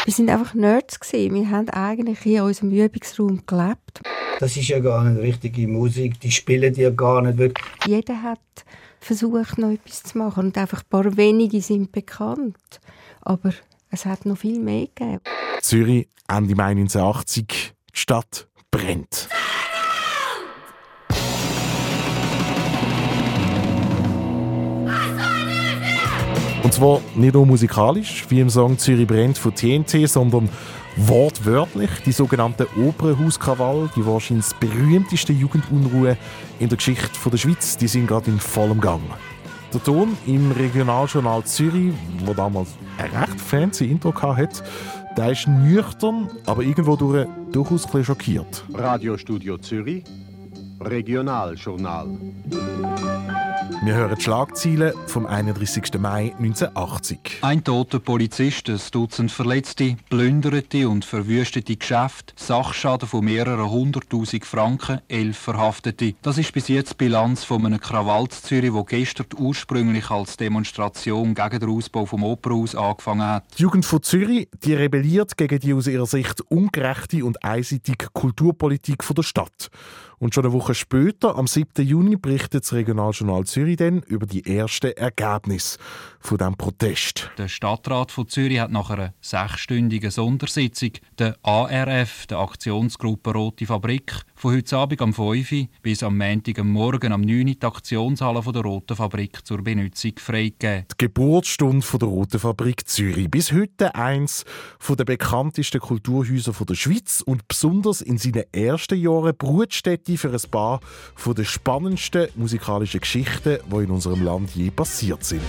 Wir sind einfach Nerds gewesen. Wir haben eigentlich in unserem Übungsraum gelebt. Das ist ja gar nicht richtige Musik, die spielen ja gar nicht wirklich. Jeder hat versucht, noch etwas zu machen und einfach ein paar wenige sind bekannt. Aber es hat noch viel mehr gegeben. Zürich, Ende Mai 1980, die Stadt brennt. Und zwar nicht nur musikalisch, wie im Song «Zürich brennt» von TNT, sondern wortwörtlich die sogenannte Opernhauskrawall, die wahrscheinlich berühmteste Jugendunruhe in der Geschichte der Schweiz, die sind gerade in vollem Gang. Der Ton im Regionaljournal Zürich, der damals ein recht fancy Intro hatte, der ist nüchtern, aber irgendwo durchaus ein bisschen schockiert. Radiostudio Zürich, Regionaljournal. Wir hören die Schlagzeilen vom 31. Mai 1980. Ein toter Polizist, ein Dutzend Verletzte, plünderte und verwüstete Geschäfte, Sachschaden von mehreren 100'000 Franken, 11 Verhaftete. Das ist bis jetzt die Bilanz von einem Krawall in Zürich, der gestern ursprünglich als Demonstration gegen den Ausbau vom Opernhaus angefangen hat. Die Jugend von Zürich die rebelliert gegen die aus ihrer Sicht ungerechte und einseitige Kulturpolitik der Stadt. Und schon eine Woche später, am 7. Juni, berichtet das Regionaljournal Zürich dann über die ersten Ergebnisse von diesem Protest. Der Stadtrat von Zürich hat nach einer 6-stündigen Sondersitzung der ARF, der Aktionsgruppe Rote Fabrik, von heute Abend am 5 Uhr bis am Montag am Morgen am 9 Uhr die Aktionshalle der Roten Fabrik zur Benutzung freigegeben. Die Geburtsstunde der Roten Fabrik Zürich. Bis heute eines der bekanntesten Kulturhäuser der Schweiz und besonders in seinen ersten Jahren Brutstätte für ein paar der spannendsten musikalischen Geschichten, die in unserem Land je passiert sind.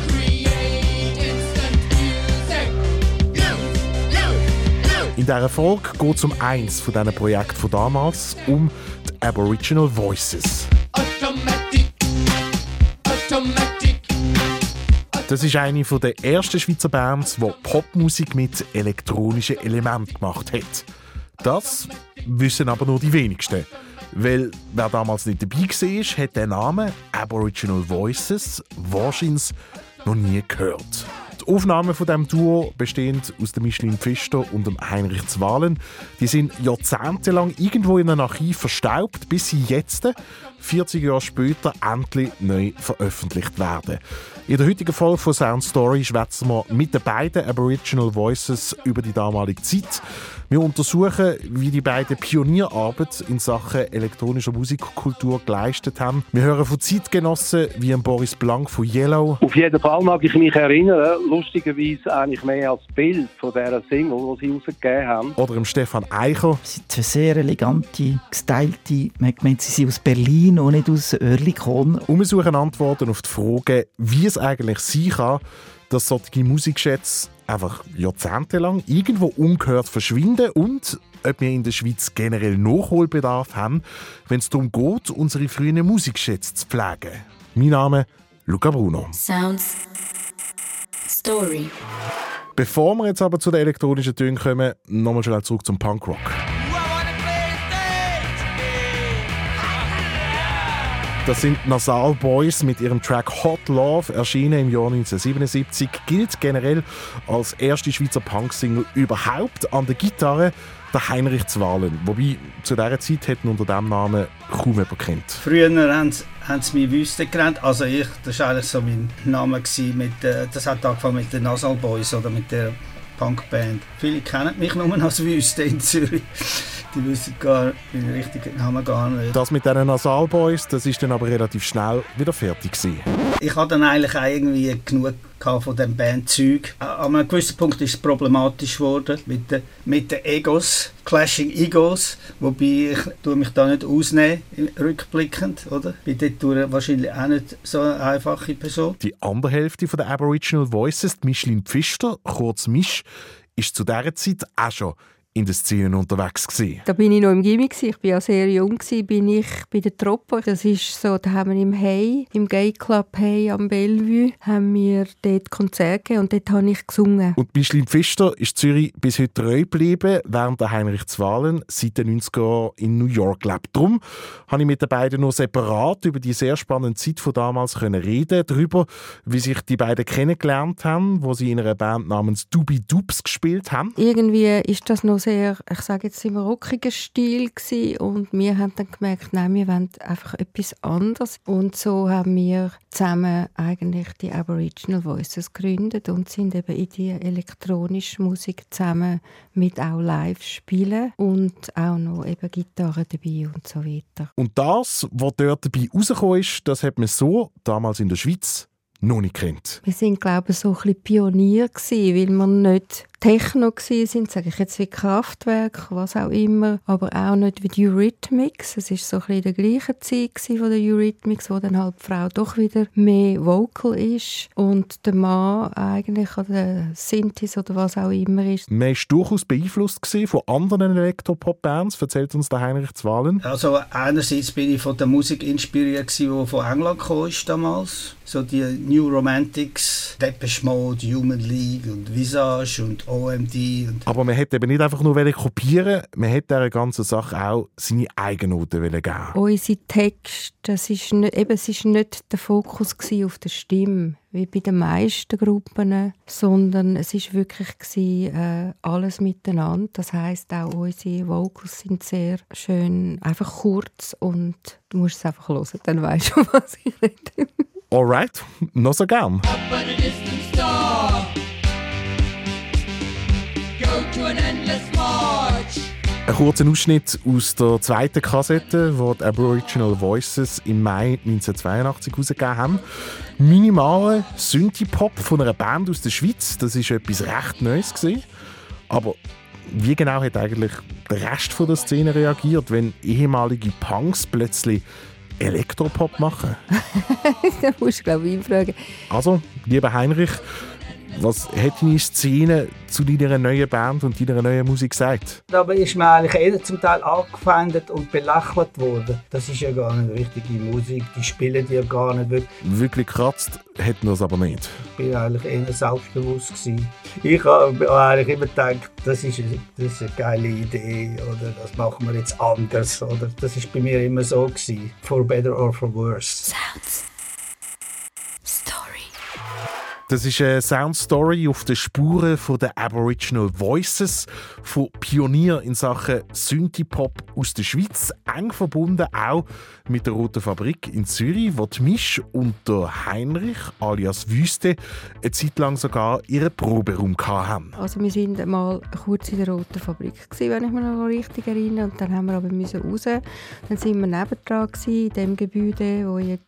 In dieser Folge geht es um eins von diesen Projekten von damals, um die Aboriginal Voices. Das ist eine der ersten Schweizer Bands, die Popmusik mit elektronischen Elementen gemacht hat. Das wissen aber nur die wenigsten. Weil wer damals nicht dabei war, hat den Namen Aboriginal Voices wahrscheinlich noch nie gehört. Die Aufnahmen von diesem Duo bestehen aus der Micheline Pfister und dem Heinrich Zwalen. Die sind jahrzehntelang irgendwo in einem Archiv verstaubt, bis sie jetzt, 40 Jahre später, endlich neu veröffentlicht werden. In der heutigen Folge von Sound Story schwätzen wir mit den beiden Aboriginal Voices über die damalige Zeit. Wir untersuchen, wie die beiden Pionierarbeit in Sachen elektronischer Musikkultur geleistet haben. Wir hören von Zeitgenossen wie Boris Blank von Yellow. Auf jeden Fall mag ich mich erinnern, lustigerweise eigentlich mehr als Bild von dieser Single, die sie rausgegeben haben. Oder Stefan Eicher. Sie sind zwei sehr elegante, gestylte, man meint, sie sind aus Berlin und nicht aus Oerlikon. Und wir suchen Antworten auf die Frage, wie es eigentlich sein kann, dass solche Musikschätze einfach jahrzehntelang irgendwo ungehört verschwinden und ob wir in der Schweiz generell Nachholbedarf haben, wenn es darum geht, unsere frühen Musikschätze zu pflegen. Mein Name ist Luca Bruno. Sound Story. Bevor wir jetzt aber zu den elektronischen Tönen kommen, nochmal schnell zurück zum Punkrock. Das sind Nasal Boys mit ihrem Track Hot Love, erschienen im Jahr 1977, gilt generell als erste Schweizer Punk-Single überhaupt. An der Gitarre der Heinrich Zwalen, wobei zu dieser Zeit hätten unter diesem Namen kaum jemand kennt. Früher haben sie mich Wüste genannt, also das war eigentlich so mein Name. Das hat angefangen mit den Nasal Boys oder mit der Punkband. Viele kennen mich nur als Wüste in Zürich. Die wissen meinen richtigen Namen gar nicht. Das mit diesen Nasal Boys, das ist dann aber relativ schnell wieder fertig gewesen. Ich hatte dann eigentlich auch irgendwie genug von dem Bandzeug. An einem gewissen Punkt ist es problematisch geworden mit den Egos, Clashing Egos, wobei ich mich da nicht ausnehmen, rückblickend, oder? Bin dort wahrscheinlich auch nicht so eine einfache Person. Die andere Hälfte der Aboriginal Voices, die Micheline Pfister, kurz Misch, ist zu dieser Zeit auch schon in den Szenen unterwegs gewesen. Da bin ich noch im Gimmick. Ich war ja sehr jung, bin ich bei der Troppe. Das ist so, da haben wir im Hey, im Gay Club Hey am Bellevue, haben wir dort Konzerte gegeben und dort habe ich gesungen. Und Micheline Pfister ist Zürich bis heute treu geblieben, während der Heinrich Zwalen seit den 90er Jahren in New York lebt. Darum habe ich mit den beiden nur separat über die sehr spannende Zeit von damals reden, darüber, wie sich die beiden kennengelernt haben, wo sie in einer Band namens Doobie Doobs gespielt haben. Irgendwie ist das noch sehr, ich sage jetzt im rockigen Stil gewesen. Und wir haben dann gemerkt, nein, wir wollen einfach etwas anderes. Und so haben wir zusammen eigentlich die Aboriginal Voices gegründet und sind eben in die elektronische Musik zusammen mit auch live spielen und auch noch eben Gitarre dabei und so weiter. Und das, was dort dabei rausgekommen ist, das hat man so damals in der Schweiz noch nicht kennt. Wir sind, glaube ich, so ein bisschen Pionier gewesen, weil wir nicht Techno waren, sage ich jetzt wie Kraftwerk, was auch immer, aber auch nicht wie die Eurythmics. Es war so ein bisschen in der gleichen Zeit von der Eurythmics, wo dann halt die Frau doch wieder mehr Vocal ist und der Mann eigentlich an der Synthes oder was auch immer ist. Man war durchaus beeinflusst von anderen Elektropop-Bands, erzählt uns der Heinrich Zwalen. Also einerseits bin ich von der Musik inspiriert, die von England kam damals. So die New Romantics, Depeche Mode, Human League und Visage und OMD. Aber man hätte eben nicht einfach nur kopieren, man hätte dieser ganzen Sache auch seine Eigennoten geben. Unsere Texte, es ist nicht der Fokus auf der Stimme, wie bei den meisten Gruppen, sondern es war wirklich alles miteinander. Das heisst, auch unsere Vocals sind sehr schön, einfach kurz und du musst es einfach hören, dann weisst du, was ich rede. Alright, noch so gern. Ein kurzer Ausschnitt aus der zweiten Kassette, die die Aboriginal Voices im Mai 1982 herausgegeben haben. Minimaler Synthie-Pop von einer Band aus der Schweiz, das war etwas recht Neues gewesen. Aber wie genau hat eigentlich der Rest der Szene reagiert, wenn ehemalige Punks plötzlich Elektropop machen? Da musst du, glaube ich, fragen. Also, lieber Heinrich, was hat deine Szene zu deiner neuen Band und deiner neuen Musik gesagt? Aber ist mir eigentlich eher zum Teil angefeindet und belächelt worden. Das ist ja gar nicht richtige Musik, die spielen die ja gar nicht. Wirklich gekratzt hätten wir es aber nicht. Ich war eigentlich eher selbstbewusst gewesen. Ich habe eigentlich immer gedacht, das ist eine geile Idee oder das machen wir jetzt anders. Oder das ist bei mir immer so gewesen. For better or for worse. Sounds Story. Das ist eine Soundstory auf den Spuren der Aboriginal Voices, von Pionier in Sachen Synthie-Pop aus der Schweiz, eng verbunden auch mit der Roten Fabrik in Zürich, wo die Misch und der Heinrich alias Wüste eine Zeit lang sogar ihren Proberaum hatten. Also wir waren einmal kurz in der Roten Fabrik, wenn ich mich noch richtig erinnere, und dann haben wir aber raus. Dann sind wir nebendran in dem Gebäude,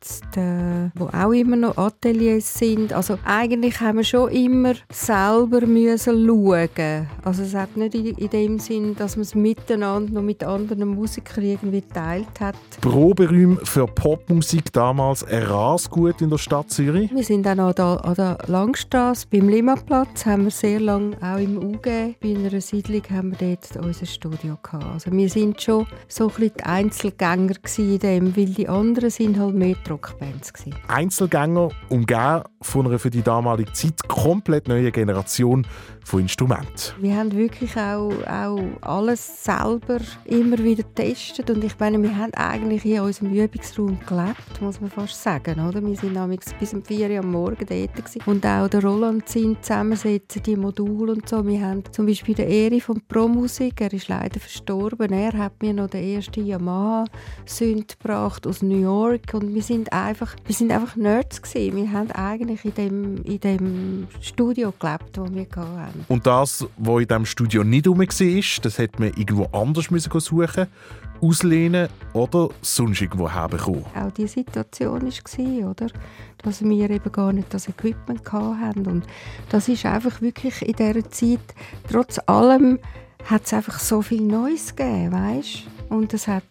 wo auch immer noch Ateliers sind. Also eigentlich haben wir schon immer selber müssen schauen. Also es hat nicht in dem Sinn, dass man es miteinander noch mit anderen Musikern irgendwie geteilt hat. Proberäume für Popmusik damals ein Rasgut in der Stadt Zürich. Wir sind auch noch an der Langstrasse, beim Limaplatz, haben wir sehr lange auch im UG. Bei einer Siedlung haben wir dort unser Studio gehabt. Also wir sind schon so ein bisschen die Einzelgänger in dem, weil die anderen sind halt mehr Rockbands gewesen. Einzelgänger, umgeben von einer für die damalige Zeit komplett neuen Generation von Instrumenten. Wir haben wirklich auch alles selber immer wieder getestet und ich meine, wir haben eigentlich in unserem Übungsraum gelebt, muss man fast sagen, oder? Wir sind nämlich bis um 4 Uhr am Morgen dort gewesen. Und auch der Roland sind zusammensetzen, die Module und so. Wir haben zum Beispiel den Eri von Pro-Musik, er ist leider verstorben, er hat mir noch den ersten Yamaha-Synth gebracht aus New York und wir sind einfach Nerds gewesen. Wir haben eigentlich in dem Studio gelebt, das wir hatten. Und das, was in diesem Studio nicht rum war, das hätte man irgendwo anders suchen, auslehnen oder sonst irgendwo herbekommen. Auch die Situation war, oder? Dass wir eben gar nicht das Equipment hatten. Und das ist einfach wirklich in dieser Zeit, trotz allem, hat es einfach so viel Neues gegeben, weißt? Und es hat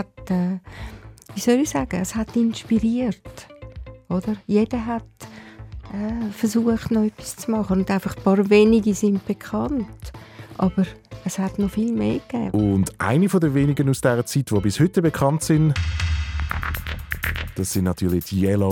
wie soll ich sagen, es hat inspiriert, oder? Jeder hat versucht, noch etwas zu machen und einfach ein paar wenige sind bekannt. aber es hat noch viel mehr gegeben. Und eine der wenigen aus dieser Zeit, die bis heute bekannt sind, das sind natürlich die Yellow.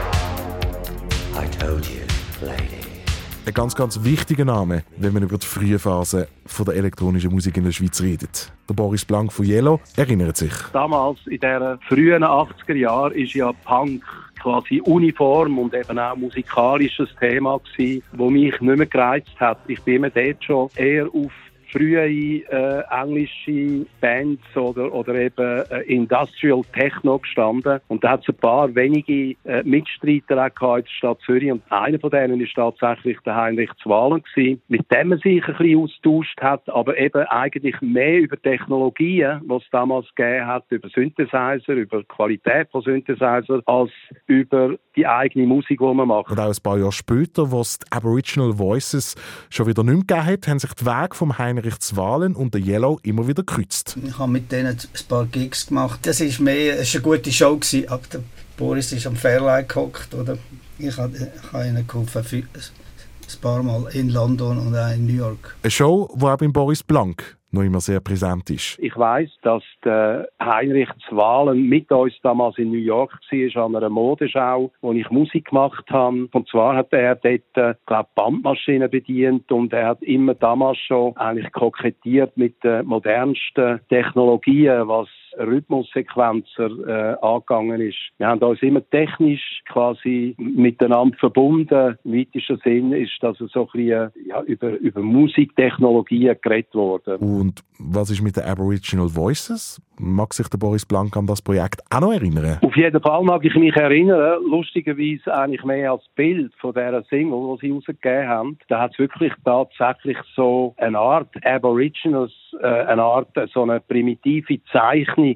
I told you, lady. Ein ganz, ganz wichtiger Name, wenn man über die frühe Phase der elektronischen Musik in der Schweiz redet. Der Boris Blank von Yellow erinnert sich. Damals, in den frühen 80er Jahren, ist ja Punk quasi Uniform und eben auch musikalisches Thema gewesen, das mich nicht mehr gereizt hat. Ich bin immer dort schon eher auf frühe englische Bands oder eben Industrial Techno gestanden. Und da hat es ein paar wenige Mitstreiter auch in der Stadt Zürich. Und einer von denen ist tatsächlich der Heinrich Zwalen gewesen, mit dem man sich ein bisschen austauscht hat, aber eben eigentlich mehr über Technologien, die es damals gegeben hat, über Synthesizer, über die Qualität von Synthesizer, als über die eigene Musik, die man macht. Und auch ein paar Jahre später, wo es die Aboriginal Voices schon wieder nicht mehr gegeben hat, haben sich die Wege vom Heinrich Zwalen und der Yellow immer wieder gekreuzt. Ich habe mit denen ein paar Gigs gemacht. Das war eine gute Show gewesen. Aber der Boris ist am Fairlight gehockt, oder? Ich habe ihnen geholfen, ein paar Mal in London und auch in New York. Eine Show, die auch beim Boris Blank noch immer sehr präsent ist. Ich weiss, dass der Heinrich Zwalen mit uns damals in New York war, an einer Modeschau, wo ich Musik gemacht habe. Und zwar hat er dort, Bandmaschinen bedient und er hat immer damals schon eigentlich kokettiert mit den modernsten Technologien, was Rhythmussequenzer angegangen ist. Wir haben uns immer technisch quasi miteinander verbunden. Im weitesten Sinn ist das so ein bisschen, über Musiktechnologien geredet worden. Und was ist mit den Aboriginal Voices? Mag sich der Boris Blank an das Projekt auch noch erinnern? Auf jeden Fall mag ich mich erinnern. Lustigerweise eigentlich mehr als Bild von dieser Single, die sie rausgegeben haben. Da hat es wirklich tatsächlich so eine Art Aboriginals, eine Art so eine primitive Zeichnung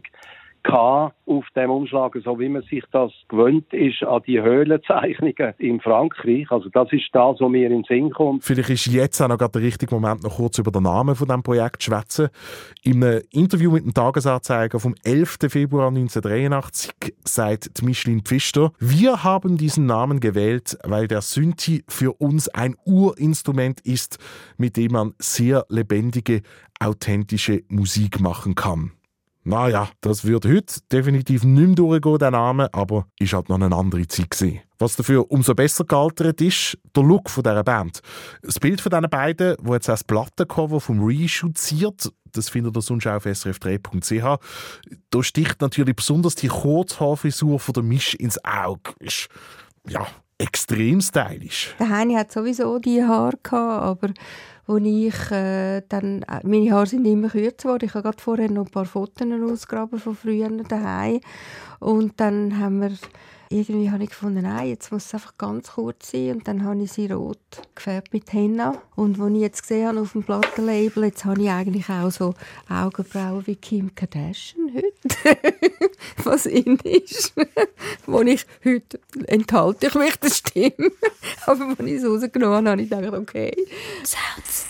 auf dem Umschlag, so wie man sich das gewöhnt ist an die Höhlenzeichnungen in Frankreich. Also das ist das, was mir in den Sinn kommt. Vielleicht ist jetzt auch noch gerade der richtige Moment, noch kurz über den Namen von diesem Projekt zu schwätzen. In einem Interview mit dem Tagesanzeiger vom 11. Februar 1983 sagt Micheline Pfister: Wir haben diesen Namen gewählt, weil der Synthi für uns ein Urinstrument ist, mit dem man sehr lebendige, authentische Musik machen kann. Naja, das wird heute definitiv nicht mehr durchgehen, der Name, aber ist halt noch eine andere Zeit gewesen. Was dafür umso besser gealtert ist, der Look von dieser Band. Das Bild von diesen beiden, das jetzt das Plattencover vom Reissue ziert, das findet ihr sonst auch auf srf3.ch. Da sticht natürlich besonders die Kurzhaarfrisur von der Misch ins Auge. Ist, ja, extrem stylisch. Der Heini hat sowieso die Haare gehabt, aber als ich meine Haare sind immer kürzer geworden. Ich habe gerade vorher noch ein paar Fotos ausgegraben von früher daheim. Und dann habe ich gefunden, nein, jetzt muss es einfach ganz kurz sein. Und dann habe ich sie rot gefärbt mit Henna. Und als ich jetzt gesehen habe auf dem Plattenlabel, jetzt habe ich eigentlich auch so Augenbrauen wie Kim Kardashian heute. Was in ist. Wo ich heute enthalte ich mich der Stimme. Aber als ich es rausgenommen habe, habe ich gedacht, okay. Sounds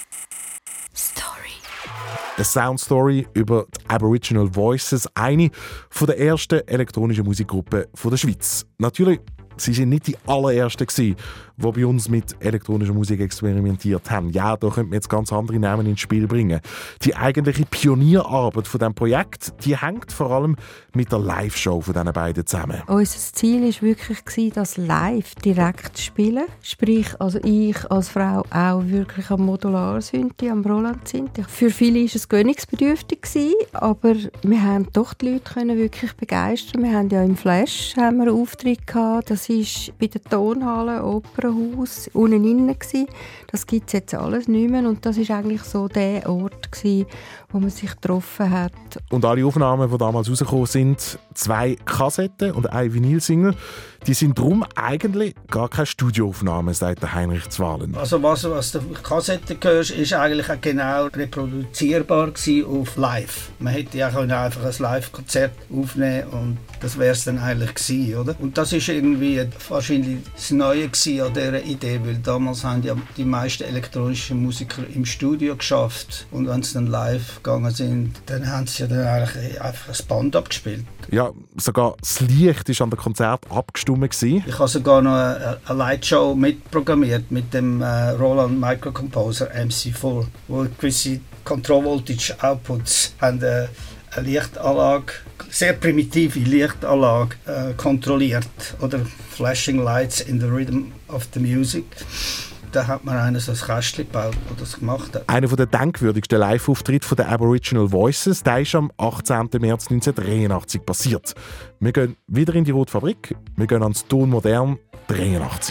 Story. Eine Soundstory über die Aboriginal Voices, eine der ersten elektronischen Musikgruppen der Schweiz. Natürlich, sie sind nicht die allerersten gewesen, die bei uns mit elektronischer Musik experimentiert haben. Ja, da könnte man jetzt ganz andere Namen ins Spiel bringen. Die eigentliche Pionierarbeit von diesem Projekt, die hängt vor allem mit der Live-Show von diesen beiden zusammen. Unser Ziel war wirklich, das live direkt zu spielen. Sprich, also ich als Frau auch wirklich am Modular-Synthi, am Roland-Synthi. Für viele war es gewöhnungsbedürftig, aber wir haben doch die Leute wirklich begeistern. Wir haben ja im Flash einen Auftritt gehabt. Das war bei der Tonhalle, Opernhaus, unten innen. Das gibt es jetzt alles nicht mehr. Und das war eigentlich so der Ort, wo man sich getroffen hat. Und alle Aufnahmen, die damals rausgekommen sind, 2 Kassetten und eine Vinylsingle, die sind darum eigentlich gar keine Studioaufnahmen, sagt der Heinrich Zwalen. Also was der Kassette hörst, ist eigentlich auch genau reproduzierbar auf Live. Man hätte ja einfach ein Live-Konzert aufnehmen und das wäre es dann eigentlich gewesen, oder? Und das ist irgendwie wahrscheinlich das Neue an dieser Idee, weil damals haben ja die meisten elektronischen Musiker im Studio geschafft und wenn sie dann live gegangen sind, dann haben sie ja dann eigentlich einfach ein Band abgespielt. Ja, sogar das Licht ist an dem Konzert abgestimmt rum. Ich habe sogar noch eine Lightshow mitprogrammiert mit dem Roland Microcomposer MC4, wo gewisse Control Voltage Outputs haben eine Lichtanlage, sehr primitive Lichtanlage kontrolliert, oder Flashing Lights in the Rhythm of the Music. Da hat man einen so ein Kästchen gebaut, der das gemacht hat. Einer der denkwürdigsten Live-Auftritte der Aboriginal Voices, der ist am 18. März 1983 passiert. Wir gehen wieder in die Rote Fabrik, wir gehen ans Ton Modern 83.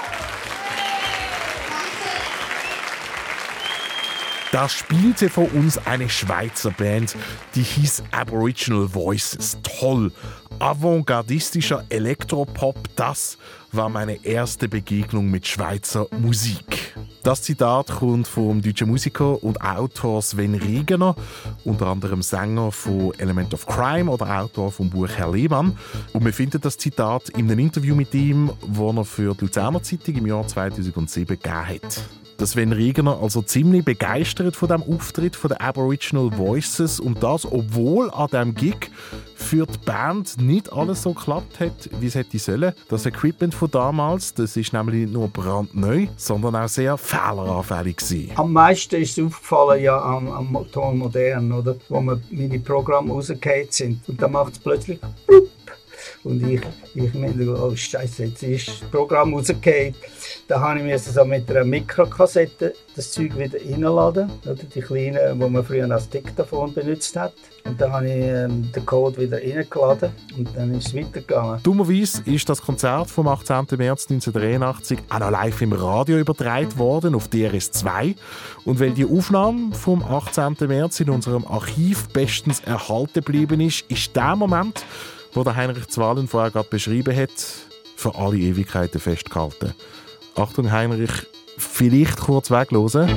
Da spielte vor uns eine Schweizer Band, die hieß Aboriginal Voices. Toll! Avantgardistischer Elektropop, das war meine erste Begegnung mit Schweizer Musik. Das Zitat kommt vom deutschen Musiker und Autor Sven Regener, unter anderem Sänger von Element of Crime oder Autor vom Buch Herr Lehmann. Und wir finden das Zitat in einem Interview mit ihm, das er für die Luzerner Zeitung im Jahr 2007 gegeben hat. dass Sven Regener also ziemlich begeistert von dem Auftritt von den Aboriginal Voices und das, obwohl an diesem Gig für die Band nicht alles so geklappt hat, wie es hätte sollen. Das Equipment von damals, das ist nämlich nicht nur brandneu, sondern auch sehr fehleranfällig gewesen. Am meisten ist es aufgefallen ja am Ton Modern, oder? Wo meine Programme rausgefallen sind. Und dann macht es plötzlich plupp. Und ich meine, oh Scheiße, jetzt ist das Programm rausgefallen. Da habe ich so mit einer Mikrokassette das Zeug wieder reinladen, oder die kleinen, die man früher als Diktaphon benutzt hat. Und dann habe ich den Code wieder reingeladen und dann ist es weitergegangen. Dummerweise ist das Konzert vom 18. März 1983 auch noch live im Radio übertragen worden auf DRS2. Und weil die Aufnahme vom 18. März in unserem Archiv bestens erhalten geblieben ist der Moment, wo der Heinrich Zwalen vorher gerade beschrieben hat, für alle Ewigkeiten festgehalten. Achtung Heinrich, vielleicht kurz weglosen.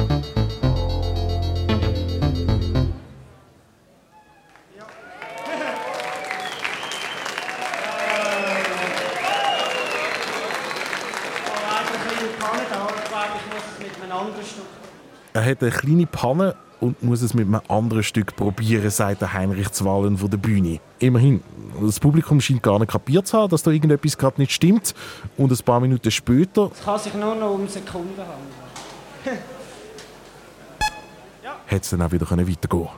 Er hat eine kleine Panne und muss es mit einem anderen Stück probieren, sagt der Heinrich Zwalen von der Bühne. Immerhin, das Publikum scheint gar nicht kapiert zu haben, dass da irgendetwas gerade nicht stimmt. Und ein paar Minuten später... Es kann sich nur noch um Sekunden handeln. Hätte es dann auch wieder weitergehen können.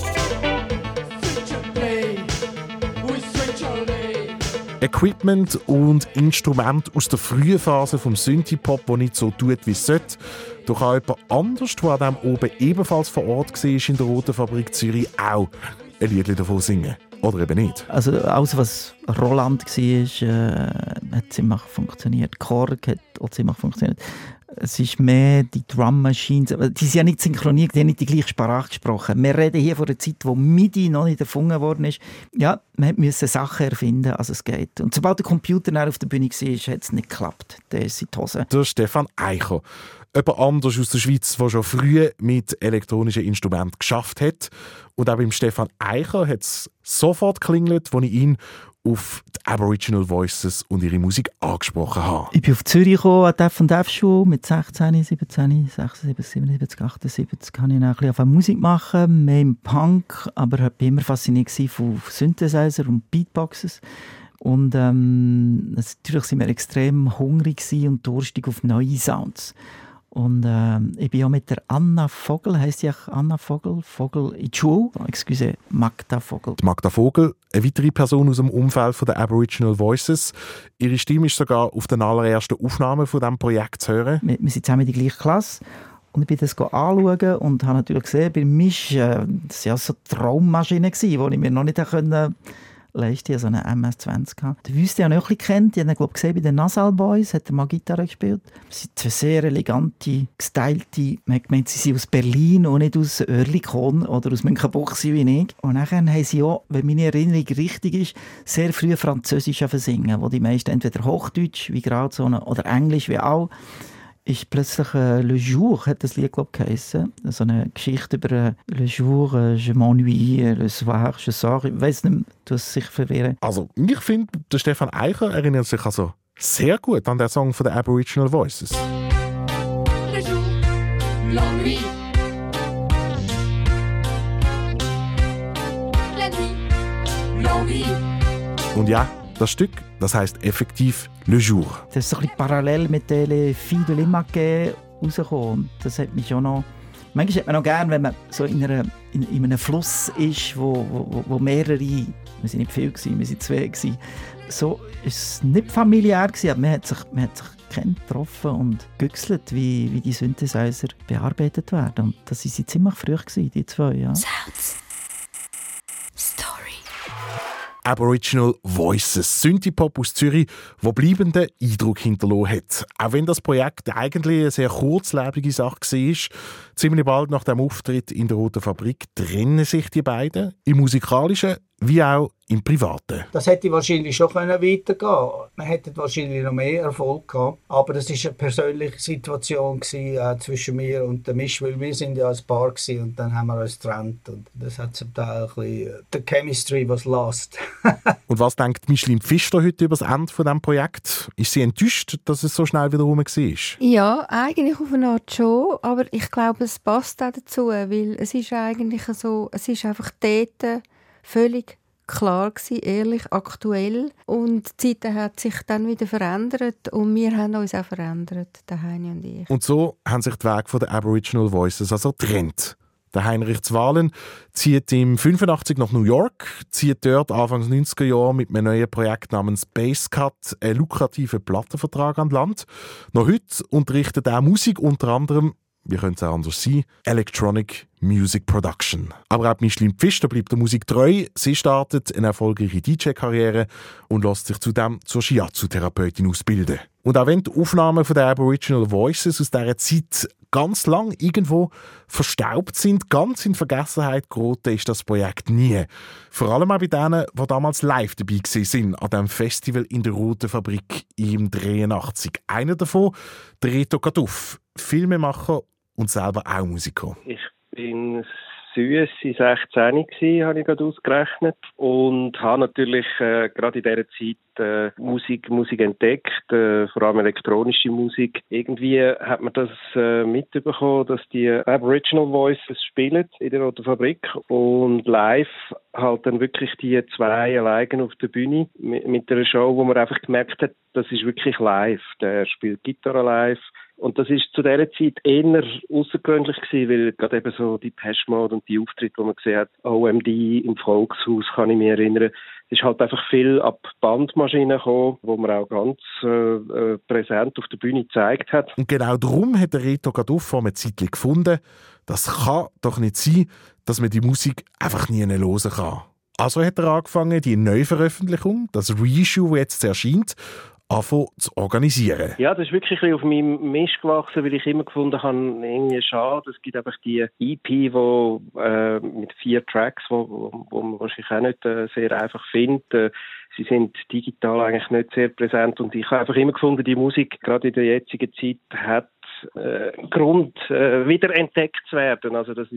Equipment und Instrument aus der frühen Phase vom Synthie-Pop, der nicht so tut, wie es sollte. Doch auch jemand anders, der an diesem oben ebenfalls vor Ort war in der Roten Fabrik Zürich, auch ein Lied davon singen. Oder eben nicht. Also alles, was Roland war, hat ziemlich funktioniert. Korg hat auch ziemlich funktioniert. Es ist mehr die Drum Machines, die sind ja nicht synchroniert, die haben nicht die gleiche Sprache gesprochen. Wir reden hier von einer Zeit, wo MIDI noch nicht erfunden worden ist. Ja, man musste Sachen erfinden, als es geht. Und sobald der Computer auf der Bühne war, hat es nicht geklappt. Der ist in die Hose. Der Stefan Eicher. Jemand anders aus der Schweiz, der schon früh mit elektronischen Instrumenten geschafft hat. Und auch beim Stefan Eicher hat es sofort geklingelt, als ich ihn auf die Aboriginal Voices und ihre Musik angesprochen habe. Ich bin auf Zürich gekommen, an die F&F-Schule mit 16, 17, 76, 77, 78. Kann ich auch ein bisschen Musik machen, mehr im Punk, aber ich war immer fasziniert von Synthesizer und Beatboxes. Und natürlich waren wir extrem hungrig und durstig auf neue Sounds. Und ich bin auch mit der Anna Vogel, heisst sie auch Anna Vogel? Vogel in die Schule? Excuse, Magda Vogel. Die Magda Vogel, eine weitere Person aus dem Umfeld der Aboriginal Voices. Ihre Stimme ist sogar auf den allerersten Aufnahmen von diesem Projekt zu hören. Wir sind zusammen in der gleichen Klasse. Und ich bin das anschauen und habe natürlich gesehen, bei Misch, das war ja so eine Traummaschine, die ich mir noch nicht leisten, so eine MS-20 gehabt. Die Wüste habe ich auch ein bisschen kennt. Ich habe ihn, gesehen bei den Nasal Boys, hat er mal Gitarre gespielt. Sie sind zwei sehr elegante, gestylte, man hat gemeint, sie sind aus Berlin und nicht aus Oerlikon oder aus Münchenbuchsee wie ich. Und nachher haben sie auch, wenn meine Erinnerung richtig ist, sehr früh Französisch singen, wo die meisten entweder Hochdeutsch, wie Grauzone, oder Englisch, wie auch. Ist plötzlich «Le Jour», hat das Lied, glaube ich, geheissen. So eine Geschichte über «Le Jour, je m'ennuie, le soir, je sors». Ich weiss nicht, du hast sich verwirren. Also, ich finde, der Stefan Eicher erinnert sich also sehr gut an den Song von den Aboriginal Voices. Le jour, l'ennui. La nuit, l'envie. Und ja, Das Stück, das heisst effektiv «Le Jour». Das ist so ein bisschen parallel mit «Les Filles de l'Immaquée» rausgekommen. Und das hat mich schon noch... Manchmal hat man noch gerne, wenn man so in einem Fluss ist, wo mehrere... Wir waren nicht viele, wir waren 2 gewesen. So war es nicht familiär gewesen, aber man hat sich getroffen und gegüchselt, wie die Synthesizer bearbeitet werden. Und das waren ziemlich früh gewesen, die 2, ja. Sounds. Story. Aboriginal Voices, Synthipop aus Zürich, wo bleibenden Eindruck hinterlassen hat. Auch wenn das Projekt eigentlich eine sehr kurzlebige Sache war, ziemlich bald nach dem Auftritt in der Roten Fabrik trennen sich die beiden, im Musikalischen wie auch im Privaten. Das hätte wahrscheinlich schon weitergehen können. Man hätte wahrscheinlich noch mehr Erfolg gehabt. Aber das war eine persönliche Situation zwischen mir und der Misch, weil wir sind ja ein Paar gewesen, und dann haben wir uns getrennt. Und das hat zum Teil ein bisschen... The chemistry was lost. Und was denkt Micheline Pfister heute über das Ende von diesem Projekt? Ist sie enttäuscht, dass es so schnell wieder rum war? Ja, eigentlich auf eine Art schon, aber ich glaube, es passt auch dazu, weil es ist eigentlich so, es ist einfach dort völlig klar gewesen, ehrlich, aktuell, und die Zeit hat sich dann wieder verändert und wir haben uns auch verändert, der Heini und ich. Und so haben sich die Wege der Aboriginal Voices also getrennt. Der Heinrich Zwalen zieht im 85 nach New York, zieht dort Anfang 90er Jahre mit einem neuen Projekt namens Basscut einen lukrativen Plattenvertrag an Land. Noch heute unterrichtet er Musik, unter anderem, wie könnte es auch anders sein, Electronic Music Production. Aber auch Micheline Pfister bleibt der Musik treu. Sie startet eine erfolgreiche DJ-Karriere und lässt sich zudem zur Shiatsu-Therapeutin ausbilden. Und auch wenn die Aufnahmen von der Aboriginal Voices aus dieser Zeit ganz lang irgendwo verstaubt sind, ganz in Vergessenheit geraten ist das Projekt nie. Vor allem auch bei denen, die damals live dabei waren an diesem Festival in der Roten Fabrik im 83. Einer davon, der Reto Kaduff, Filmemacher und selber auch Musiker. Ich bin süß in 16 gsi, habe ich gerade ausgerechnet, und habe natürlich gerade in dieser Zeit Musik entdeckt, vor allem elektronische Musik. Irgendwie hat man das mitbekommen, dass die Aboriginal Voices spielen in der Roten Fabrik und live halt dann wirklich die 2 alleine auf der Bühne mit einer Show, wo man einfach gemerkt hat, das ist wirklich live. Der spielt Gitarre live. Und das ist zu dieser Zeit eher außergewöhnlich gewesen, weil gerade eben so die Depeche Mode und die Auftritte, die man gesehen hat, OMD im Volkshaus, kann ich mich erinnern, ist halt einfach viel ab Bandmaschinen gekommen, wo man auch ganz präsent auf der Bühne gezeigt hat. Und genau darum hat der Reto Kaduff vor einer Zeit gefunden, das kann doch nicht sein, dass man die Musik einfach nie hören kann. Also hat er angefangen, die Neuveröffentlichung, das Reissue, das jetzt erscheint, anfangen zu organisieren. Ja, das ist wirklich ein bisschen auf meinem Mist gewachsen, weil ich immer gefunden habe, irgendwie schade. Es gibt einfach die EP, wo mit 4 Tracks, wo man wahrscheinlich auch nicht sehr einfach findet. Sie sind digital eigentlich nicht sehr präsent und ich habe einfach immer gefunden, die Musik, gerade in der jetzigen Zeit, hat Grund, wieder entdeckt zu werden. Also das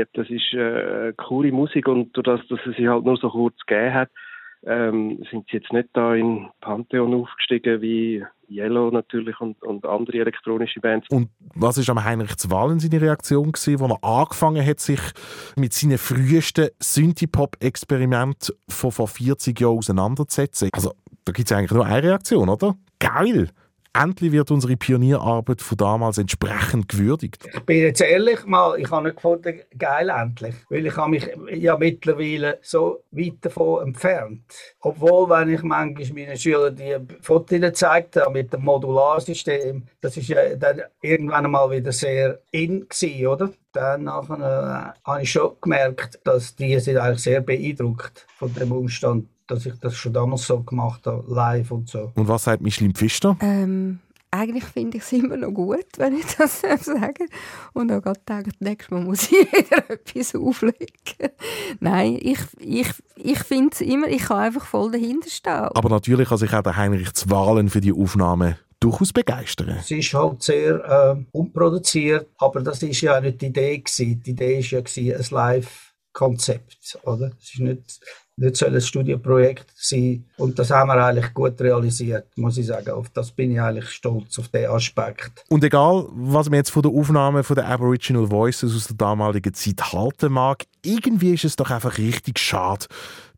ist coole Musik, und durch das, dass es sie halt nur so kurz gegeben hat, sind sie jetzt nicht da in Pantheon aufgestiegen wie Yellow natürlich und andere elektronische Bands. Und was war am Heinrich Zwalen seine Reaktion gewesen, als er angefangen hat, sich mit seinen frühesten Synthie-Pop-Experimenten von vor 40 Jahren auseinanderzusetzen? Also, da gibt es eigentlich nur eine Reaktion, oder? Geil! Endlich wird unsere Pionierarbeit von damals entsprechend gewürdigt. Ich bin jetzt ehrlich mal, ich habe nicht gefunden, geil endlich. Weil ich habe mich ja mittlerweile so weit davon entfernt. Obwohl, wenn ich manchmal meinen Schülern die Fotos gezeigt habe mit dem Modularsystem, das ist ja dann irgendwann mal wieder sehr in gewesen, oder? Dann habe ich schon gemerkt, dass die sind eigentlich sehr beeindruckt von dem Umstand, dass ich das schon damals so gemacht habe, live und so. Und was sagt Micheline Pfister? Eigentlich finde ich es immer noch gut, wenn ich das sage. Und auch gerade denke, nächstes Mal muss ich wieder etwas auflegen. Nein, ich finde es immer, ich kann einfach voll dahinter stehen. Aber natürlich kann sich auch der Heinrich Zwalen für die Aufnahme durchaus begeistern. Es ist halt sehr unproduziert, aber das war ja nicht die Idee gewesen. Die Idee war ja ein Live-Konzept, oder? Es ist nicht so ein Studioprojekt sein. Und das haben wir eigentlich gut realisiert, muss ich sagen. Auf das bin ich eigentlich stolz, auf diesen Aspekt. Und egal, was man jetzt von der Aufnahme von der Aboriginal Voices aus der damaligen Zeit halten mag, irgendwie ist es doch einfach richtig schade,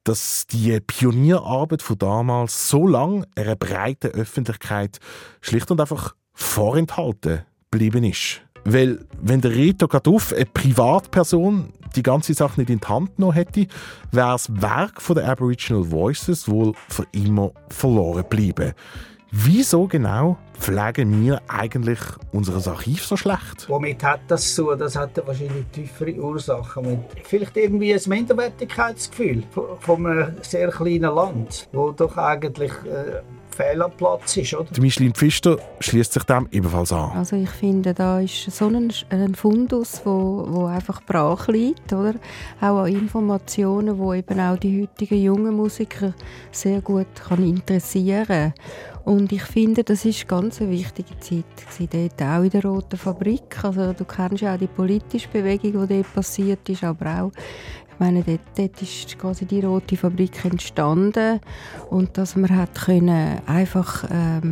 dass die Pionierarbeit von damals so lange einer breiten Öffentlichkeit schlicht und einfach vorenthalten geblieben ist. Weil, wenn der Reto Kaduff, eine Privatperson, die ganze Sache nicht in die Hand genommen hätte, wäre das Werk der Aboriginal Voices wohl für immer verloren geblieben. Wieso genau pflegen wir eigentlich unser Archiv so schlecht? Womit hat das so? Das hat wahrscheinlich tiefere Ursachen. Mit vielleicht irgendwie ein Minderwertigkeitsgefühl von einem sehr kleinen Land, wo doch eigentlich fehl am Platz ist, oder? Micheline Pfister schließt sich dem ebenfalls an. Also ich finde, da ist so ein Fundus, wo einfach brach liegt, oder? Auch an Informationen, wo eben auch die heutigen jungen Musiker sehr gut interessieren kann. Und ich finde, das ist ganz eine wichtige Zeit gewesen, dort auch in der Roten Fabrik. Also du kennst ja auch die politische Bewegung, die dort passiert ist, aber auch, ich meine, dort ist quasi die Rote Fabrik entstanden und dass man hat können einfach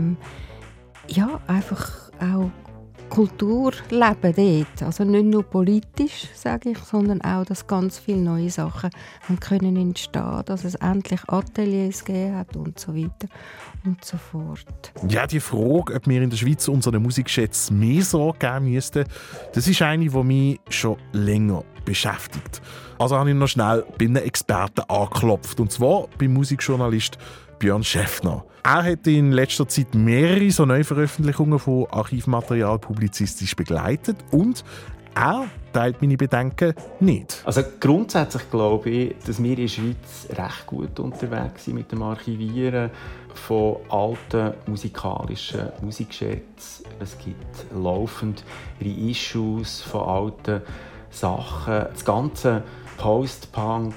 auch Kultur leben dort. Also nicht nur politisch, sage ich, sondern auch, dass ganz viele neue Sachen können entstehen, dass es endlich Ateliers gegeben hat und so weiter und so fort. Ja, die Frage, ob wir in der Schweiz unseren Musikschätzen mehr Sorge geben müssten, das ist eine, die mich schon länger beschäftigt. Also habe ich noch schnell bei einem Experten angeklopft, und zwar beim Musikjournalist Björn Schäffner. Er hat in letzter Zeit mehrere so Neuveröffentlichungen von Archivmaterial publizistisch begleitet und er teilt meine Bedenken nicht. Also grundsätzlich glaube ich, dass wir in der Schweiz recht gut unterwegs sind mit dem Archivieren von alten musikalischen Musikschätzen. Es gibt laufend Reissues von alten Sachen. Das ganze Post-Punk,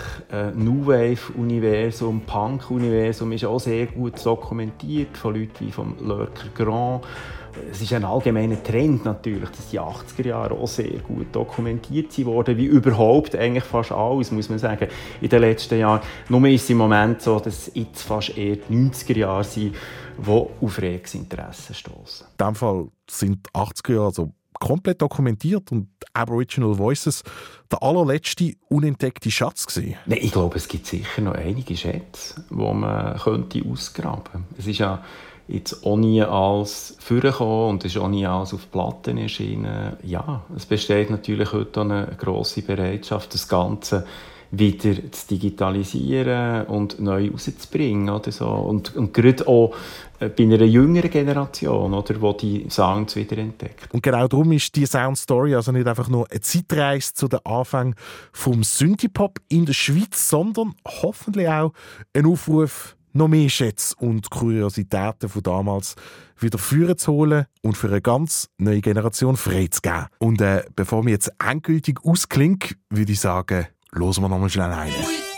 New Wave-Universum, Punk-Universum ist auch sehr gut dokumentiert von Leuten wie vom Lurker Grand. Es ist ein allgemeiner Trend natürlich, dass die 80er Jahre auch sehr gut dokumentiert wurden, wie überhaupt eigentlich fast alles, muss man sagen, in den letzten Jahren. Nur ist es im Moment so, dass jetzt fast eher die 90er Jahre sind, die auf reges Interesse stoßen. In diesem Fall sind die 80er Jahre so komplett dokumentiert und Aboriginal Voices der allerletzte unentdeckte Schatz gewesen? Nein, ich glaube, es gibt sicher noch einige Schätze, die man könnte ausgraben könnte. Es ist ja jetzt auch nie alles vorgekommen und es ist auch nie alles auf Platten erschienen. Ja, es besteht natürlich heute eine grosse Bereitschaft, das Ganze wieder zu digitalisieren und neu rauszubringen. Oder so. Und gerade auch bei einer jüngeren Generation, oder, die die Sounds wiederentdeckt. Und genau darum ist die Soundstory also nicht einfach nur eine Zeitreise zu den Anfängen vom Synthie-Pop in der Schweiz, sondern hoffentlich auch ein Aufruf, noch mehr Schätze und Kuriositäten von damals wieder führen zu holen und für eine ganz neue Generation freizugeben. Und bevor wir jetzt endgültig ausklingen, würde ich sagen, hören wir noch mal schnell rein.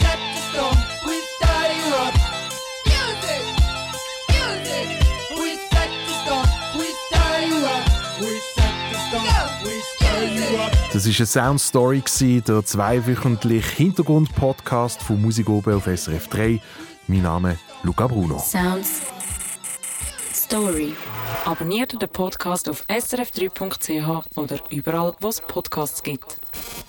Das war eine Soundstory, der zweiwöchentliche Hintergrund-Podcast von Musik oben auf SRF 3. Mein Name ist Luca Bruno. Sounds Story. Abonniert den Podcast auf srf3.ch oder überall, wo es Podcasts gibt.